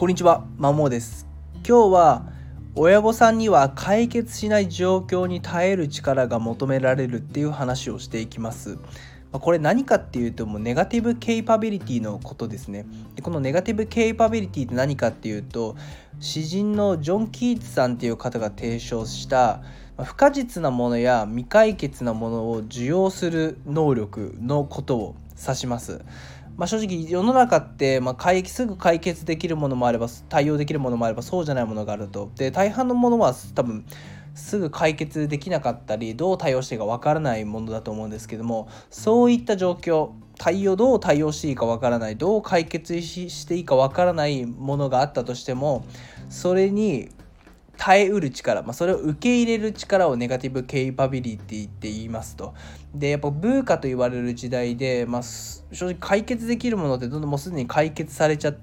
こんにちは、まもです。今日は親御さんには解決しない状況に耐える力が求められるっていう話をしていきます。これ何かっていうと、もうネガティブケイパビリティのことですね。でこのネガティブケイパビリティって何かっていうと、詩人のジョン・キーツさんっていう方が提唱した不可実なものや未解決なものを受容する能力のことを指します。正直世の中って、すぐ解決できるものもあれば対応できるものもあればそうじゃないものがあると。で大半のものは多分すぐ解決できなかったりどう対応していいかわからないものだと思うんですけども、そういった状況、どう対応していいかわからない、どう解決していいかわからないものがあったとしても、それに耐えうる力、それを受け入れる力をネガティブケイパビリティって言いますと。でやっぱブーカと言われる時代で、正直解決できるものってどんどんもうすでに解決されちゃって、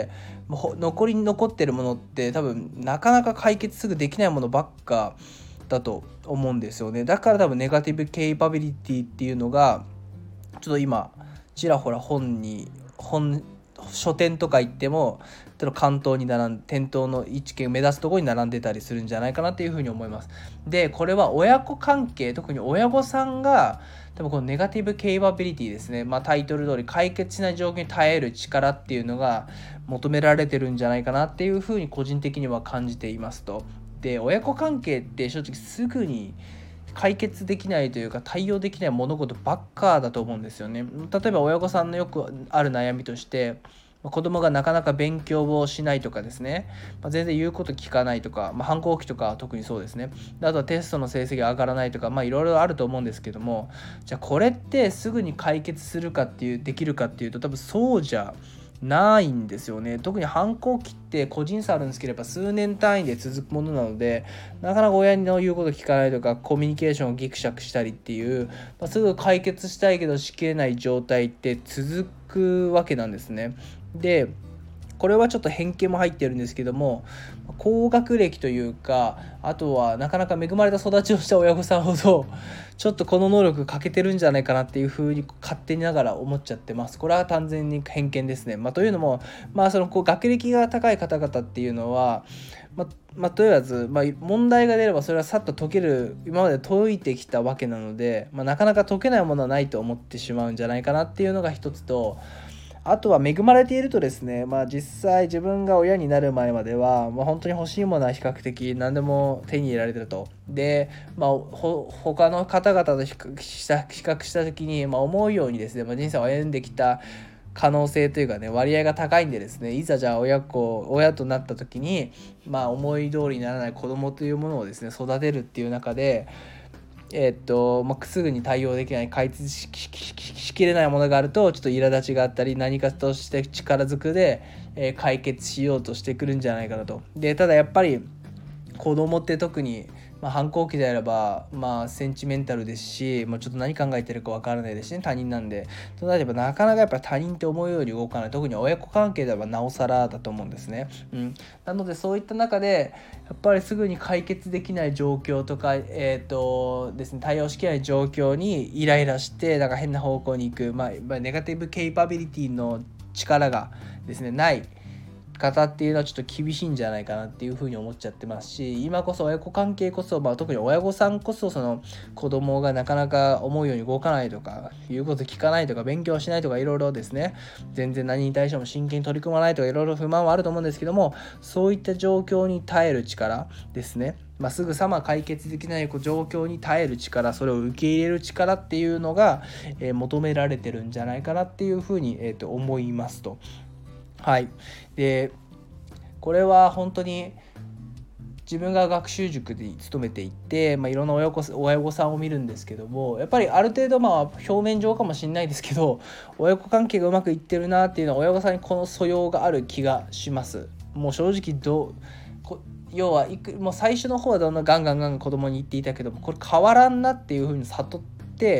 残ってるものって多分なかなか解決すぐできないものばっかだと思うんですよね。だから多分ネガティブケイパビリティっていうのがちょっと今ちらほら書店とか行っても関東に店頭の位置圏を目指すところに並んでたりするんじゃないかなっていうふうに思います。でこれは親子関係、特に親御さんが多分このネガティブケイパビリティですね、タイトル通り解決しない状況に耐える力っていうのが求められてるんじゃないかなっていうふうに個人的には感じていますと。で親子関係って正直すぐに解決できないというか対応できない物事ばっかだと思うんですよね。例えば親御さんのよくある悩みとして、子供がなかなか勉強をしないとかですね、全然言うこと聞かないとか、反抗期とかは特にそうですね。あとはテストの成績が上がらないとか、いろいろあると思うんですけども、じゃあこれってすぐに解決できるかっていうと多分そうじゃないんですよね。特に反抗期って個人差あるんですければ数年単位で続くものなので、なかなか親の言うこと聞かないとかコミュニケーションをギクシャクしたりっていう、すぐ解決したいけどしきれない状態って続くわけなんですね。でこれはちょっと偏見も入ってるんですけども、高学歴というか、あとはなかなか恵まれた育ちをした親御さんほどちょっとこの能力欠けてるんじゃないかなっていうふうに勝手にながら思っちゃってます。これは完全に偏見ですね。というのも、学歴が高い方々っていうのは、とりあえず、問題が出ればそれはさっと解ける、今まで解いてきたわけなので、なかなか解けないものはないと思ってしまうんじゃないかなっていうのが一つと、あとは恵まれているとですね、実際自分が親になる前までは、本当に欲しいものは比較的何でも手に入れられてると。で、他の方々と比較した時に、思うようにですね、人生を歩んできた可能性というかね、割合が高いんでですね、いざじゃあ親となった時に、思い通りにならない子供というものをですね育てるっていう中で、すぐに対応できない、解決しきれないものがあるとちょっと苛立ちがあったり、何かとして力ずくで、解決しようとしてくるんじゃないかなと。でただやっぱり子供って特に、反抗期であれば、センチメンタルですし、ちょっと何考えてるかわからないですしね、他人なんで。となればなかなかやっぱり他人って思うように動かない。特に親子関係ではなおさらだと思うんですね。なのでそういった中でやっぱりすぐに解決できない状況とか、ですね、対応しきれない状況にイライラしてなんか変な方向に行く、ネガティブケイパビリティの力がですねない方っていうのはちょっと厳しいんじゃないかなっていうふうに思っちゃってますし、今こそ親子関係こそ、特に親御さんこそその子供がなかなか思うように動かないとか、言うこと聞かないとか、勉強しないとか、いろいろですね、全然何に対しても真剣に取り組まないとか、いろいろ不満はあると思うんですけども、そういった状況に耐える力ですね、すぐさま解決できない状況に耐える力、それを受け入れる力っていうのが、求められてるんじゃないかなっていうふうに、思いますと。はい。でこれは本当に自分が学習塾で勤めていて、いろんな親御さんを見るんですけども、やっぱりある程度表面上かもしれないですけど、親子関係がうまくいってるなっていうのは親御さんにこの素養がある気がします。もう正直要はもう最初の方はどんどんガンガン子供に言っていたけども、これ変わらんなっていう風に悟って、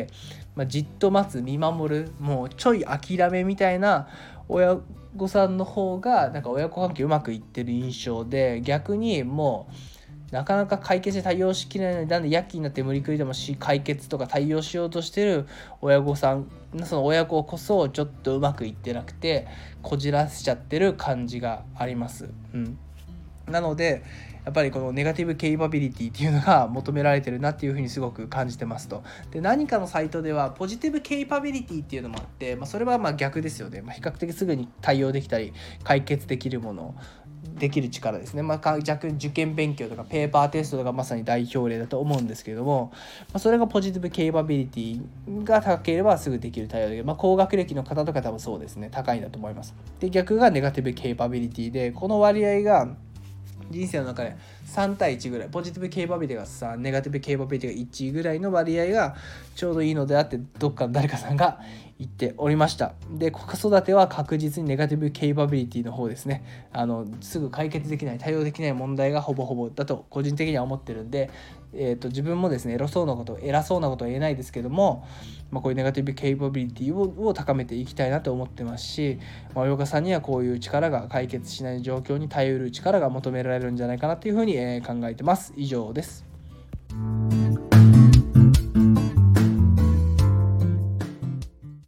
じっと待つ、見守る、もうちょい諦めみたいな親御さんの方がなんか親子関係うまくいってる印象で、逆にもなかなか解決して対応しきれないのに、なんで躍起になって無理くりでも解決とか対応しようとしてる親御さん、その親子こそちょっとうまくいってなくてこじらせちゃってる感じがあります。なのでやっぱりこのネガティブケイパビリティっていうのが求められてるなっていうふうにすごく感じてますと。で、何かのサイトではポジティブケイパビリティっていうのもあって、それは逆ですよね。比較的すぐに対応できたり解決できるもの、できる力ですね。受験勉強とかペーパーテストとかまさに代表例だと思うんですけれども、それがポジティブケイパビリティが高ければすぐできる対応できる。高学歴の方とか多分そうですね、高いんだと思います。で、逆がネガティブケイパビリティで、この割合が人生の中で3対1ぐらい、ポジティブケイパビリティが3、ネガティブケイパビリティが1ぐらいの割合がちょうどいいのであって、どっかの誰かさんが言っておりました。で、子育ては確実にネガティブケイパビリティの方ですね。すぐ解決できない、対応できない問題がほぼほぼだと個人的には思ってるんで、自分もですね、偉そうなことは言えないですけども、こういうネガティブケイパビリティを高めていきたいなと思ってますし、親御さんにはこういう力が、解決しない状況に耐えうる力が求められるんじゃないかなというふうに考えてます。以上です。